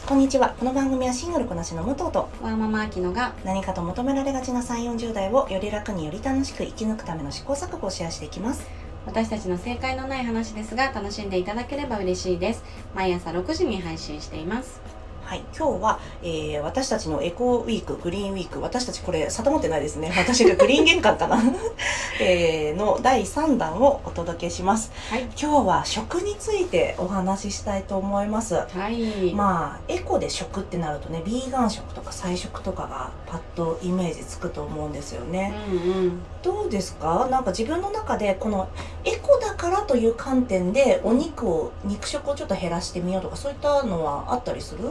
こんにちは。この番組はシングルこなしの武藤とワーママアキノが何かと求められがちな3、40代をより楽により楽しく生き抜くための試行錯誤をシェアしていきます。 私たちの正解のない話ですが楽しんでいただければ嬉しいです。毎朝6時に配信しています。 はい、今日は、私たちのエコウィーク、グリーンウィーク、私たちこれ定まってないですね。私がグリーン玄関かな、の第3弾をお届けします。 はい、 今日は食についてお話ししたいと思います。 はい、 エコで食ってなるとね、ビーガン食とか菜食とかがパッとイメージつくと思うんですよね。どうですか？なんか自分の中でこのエコだからという観点で肉食をちょっと減らしてみようとか、そういったのはあったりする？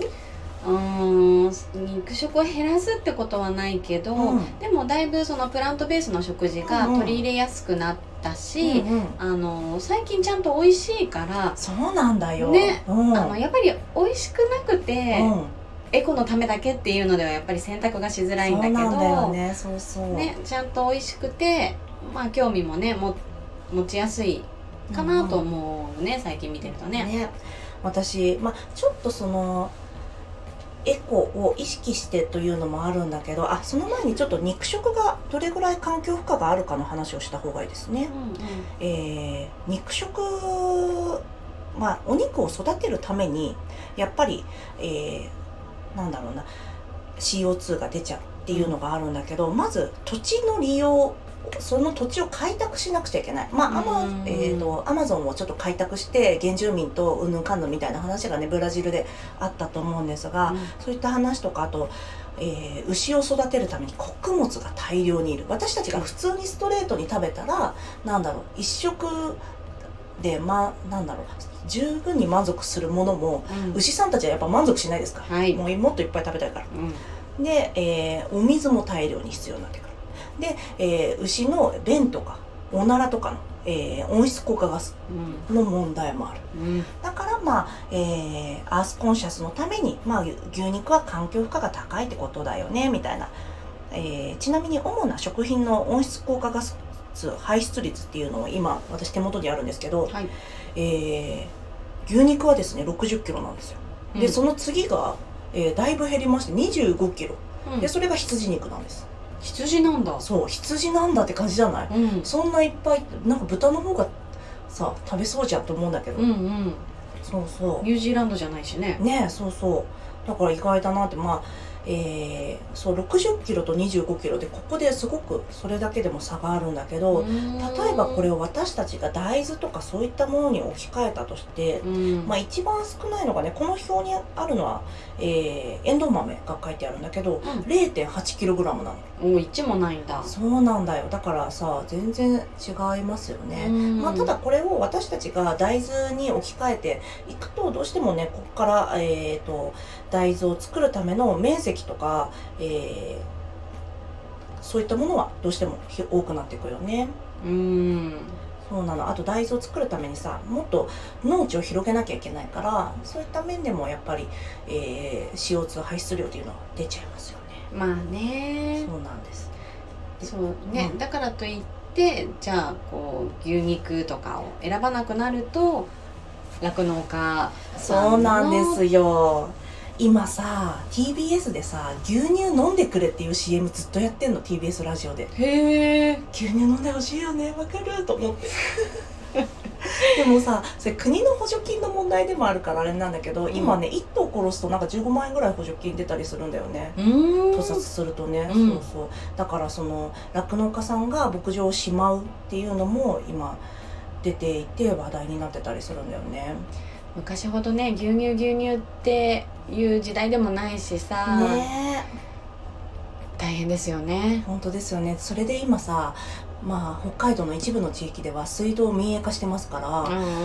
肉食を減らすってことはないけど、でもだいぶそのプラントベースの食事が取り入れやすくなったし、最近ちゃんと美味しいから。 そうなんだよね、やっぱり美味しくなくて、エコのためだけっていうのではやっぱり選択がしづらいんだけど、 そうなんだよね。そうそう、 ね、ちゃんと美味しくて、興味もね持ちやすいかなと思うね、最近見てるとね。 私、ちょっとそのエコを意識してというのもあるんだけど、その前にちょっと肉食がどれぐらい環境負荷があるかの話をした方がいいですね。肉食、お肉を育てるためにやっぱり、CO2 が出ちゃうっていうのがあるんだけど、まず土地の利用、その土地を開拓しなくちゃいけない。アマゾンをちょっと開拓して原住民とうんぬんかんぬんみたいな話がね、ブラジルであったと思うんですが、そういった話とか、あと、牛を育てるために穀物が大量にいる。私たちが普通にストレートに食べたら、一食で十分に満足するものも、牛さんたちはやっぱ満足しないですか、もっといっぱい食べたいから、で、お水も大量に必要になってくる。で、牛の便とかおならとかの、温室効果ガスの問題もある、だからアースコンシャスのために、牛肉は環境負荷が高いってことだよねみたいな、ちなみに主な食品の温室効果ガス排出率っていうのを今私手元にあるんですけど、牛肉はですね60キロなんですよ。でその次が、だいぶ減りまして25キロ、でそれが羊肉なんです。 羊なんだ。 そう、羊なんだって感じじゃない、そんないっぱい。なんか豚の方がさ食べそうじゃんと思うんだけど、そうそう、 ニュージーランドじゃないしね。 そうそう、だから意外だなって。そう60キロと25キロでここですごくそれだけでも差があるんだけど、例えばこれを私たちが大豆とかそういったものに置き換えたとして、一番少ないのがね、この表にあるのは、エンドウ豆が書いてあるんだけど、0.8 キログラムなの。 1もないんだ。 そうなんだよ。だからさ全然違いますよね。ただこれを私たちが大豆に置き換えていくと、どうしてもねここから、大豆を作るための面積とか、そういったものはどうしても多くなっていくよね。そうなの。あと大豆を作るためにさ、もっと農地を広げなきゃいけないから、そういった面でもやっぱり、CO2 排出量っていうのは出ちゃいますよね。そうなんです。 そうね、だからといってじゃあ牛肉とかを選ばなくなると酪農家さんの。 そうなんですよ。今さ TBS でさ牛乳飲んでくれっていう CM ずっとやってんの。 TBS ラジオで。 へー、 牛乳飲んでほしいよね、わかると思ってでもさ、それ国の補助金の問題でもあるからあれなんだけど、今ね1頭殺すとなんか15万円ぐらい補助金出たりするんだよね、屠殺するとね。そうそう、だからその酪農家さんが牧場をしまうっていうのも今出ていて話題になってたりするんだよね。 昔ほどね牛乳っていう時代でもないしさ、大変ですよね。 本当ですよね。それで今さ、北海道の一部の地域では水道民営化してますから、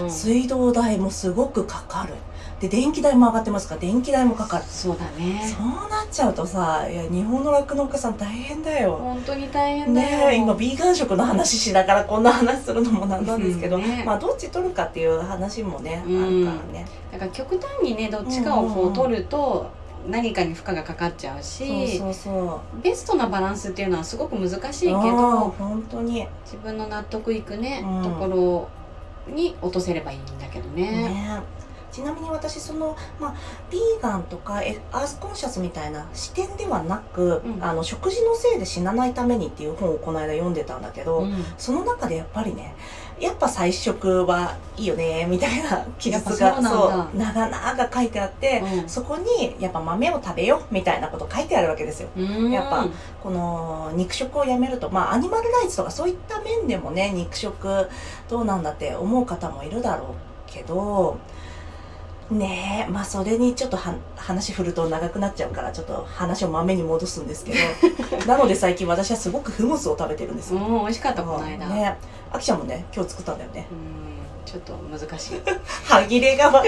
水道代もすごくかかる。で電気代も上がってますから電気代もかかる。 そうだね。 そうなっちゃうとさ、日本の酪農家さん大変だよ。 本当に大変だよ今ビーガン食の話しながらこんな話するのもなんなんですけど、どっち取るかっていう話もね、あるからね。 だから極端にねどっちかを取ると、何かに負荷がかかっちゃうし、ベストなバランスっていうのはすごく難しいけど、 本当に自分の納得いくね、ところに落とせればいいんだけどね。 ちなみに私その、ビーガンとかアースコンシャスみたいな視点ではなく、食事のせいで死なないためにっていう本をこの間読んでたんだけど、その中でやっぱりね、やっぱ菜食はいいよねみたいな記述がそう長々書いてあって、そこにやっぱ豆を食べようみたいなこと書いてあるわけですよ。やっぱこの肉食をやめると、アニマルライツとかそういった面でもね、肉食どうなんだって思う方もいるだろうけどねえ、それにちょっと話振ると長くなっちゃうから、ちょっと話を豆に戻すんですけどなので最近私はすごくフムスを食べてるんですよ。 美味しかった、この間ね。あきちゃんもね、今日作ったんだよね。 ちょっと難しい歯切れが悪い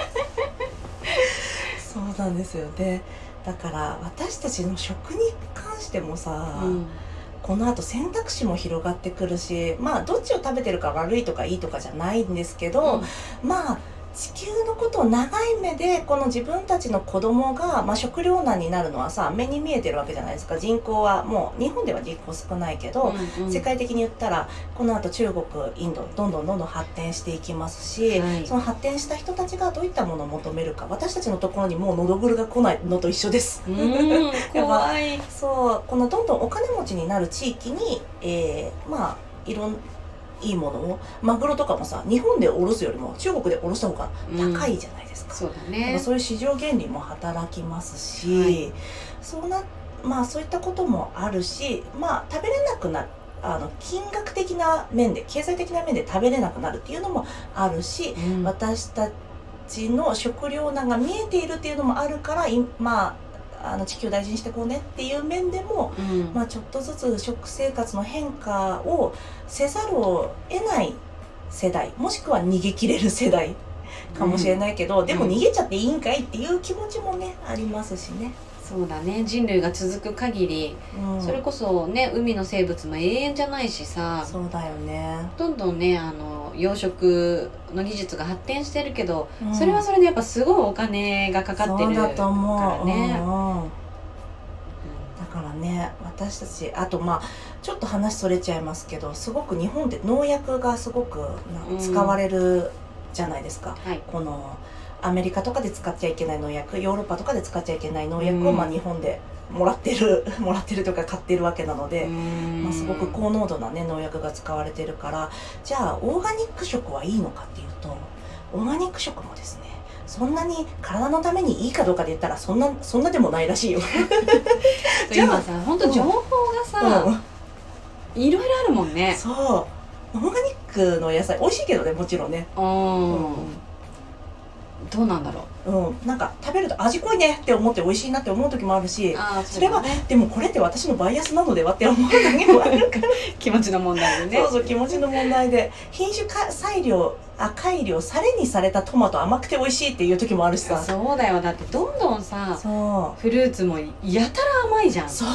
そうなんですよね。だから私たちの食に関してもさ、このあと選択肢も広がってくるし、どっちを食べてるか悪いとかいいとかじゃないんですけど、地球のことを長い目でこの自分たちの子供が、食糧難になるのはさ、目に見えてるわけじゃないですか。人口はもう日本では人口少ないけど、世界的に言ったらこのあと中国、インドどんどん発展していきますし、その発展した人たちがどういったものを求めるか、私たちのところにもうのどぐるが来ないのと一緒です。 怖い。 そう、このどんどんお金持ちになる地域に、いろんいいものを、マグロとかもさ、日本で卸すよりも中国で卸した方が高いじゃないですか。 そうだね。 そういう市場原理も働きますし、そういったこともあるし、食べれなくなる、金額的な面で、経済的な面で食べれなくなるっていうのもあるし、私たちの食糧難が見えているっていうのもあるから、地球を大事にしていこうねっていう面でも、ちょっとずつ食生活の変化をせざるを得ない世代、もしくは逃げ切れる世代かもしれないけど、でも逃げちゃっていいんかいっていう気持ちもね、ありますしね。 そうだね、人類が続く限り、それこそね、海の生物も永遠じゃないしさ。 そうだよね。 どんどんね、養殖の技術が発展してるけど、それはそれでやっぱすごいお金がかかってるからね。 そうだと思う。だからね、私たち、あとちょっと話それちゃいますけど、すごく日本って農薬がすごく使われるじゃないですか。このアメリカとかで使っちゃいけない農薬、ヨーロッパとかで使っちゃいけない農薬を日本でもらってるとか買ってるわけなので、すごく高濃度なね農薬が使われてるから、じゃあオーガニック食はいいのかっていうと、オーガニック食もですね、そんなに体のためにいいかどうかで言ったらそんなでもないらしいよじゃあ今さ、本当情報がさ、いろいろあるもんね。 そう、オーガニックの野菜美味しいけどね、もちろんね。 どうなんだろう。なんか食べると味濃いねって思って美味しいなって思う時もあるし、それはでもこれって私のバイアスなのではって思う時もあるから気持ちの問題でね。 そう、気持ちの問題で、品種改良されにされたトマト甘くて美味しいっていう時もあるしさ。 そうだよ、だってどんどんさ、フルーツもやたら甘いじゃん。 そう、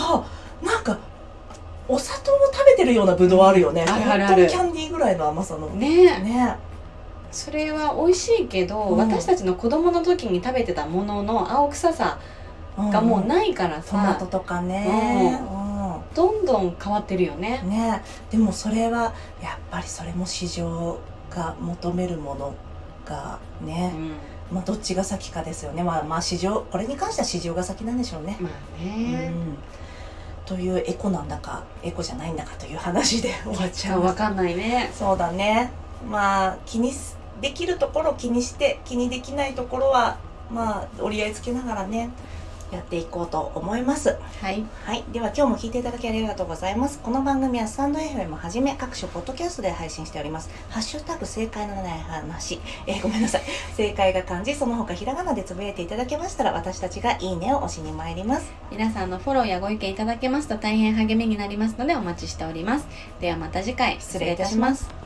なんかお砂糖を食べてるようなブドウあるよね。本当にキャンディーぐらいの甘さのね。 それは美味しいけど、私たちの子供の時に食べてたものの青臭さがもうないからさ、 トマトとかね、 どんどん変わってるよね。 でもそれはやっぱりそれも市場が求めるものがね、どっちが先かですよね。市場、これに関しては市場が先なんでしょうね。というエコなんだかエコじゃないんだかという話で終わっちゃう。 分かんないね。 そうだね。気にできるところ気にして、気にできないところは折り合いつけながらね、やっていこうと思います。はい、では今日も聞いていただきありがとうございます。この番組はスタンド FM はじめ各種ポッドキャストで配信しております。ハッシュタグ正解のない話、ごめんなさい、正解が漢字その他ひらがなでつぶやいていただけましたら、私たちがいいねを押しに参ります。 皆さんのフォローやご意見いただけますと大変励みになりますのでお待ちしております。ではまた次回、失礼いたします。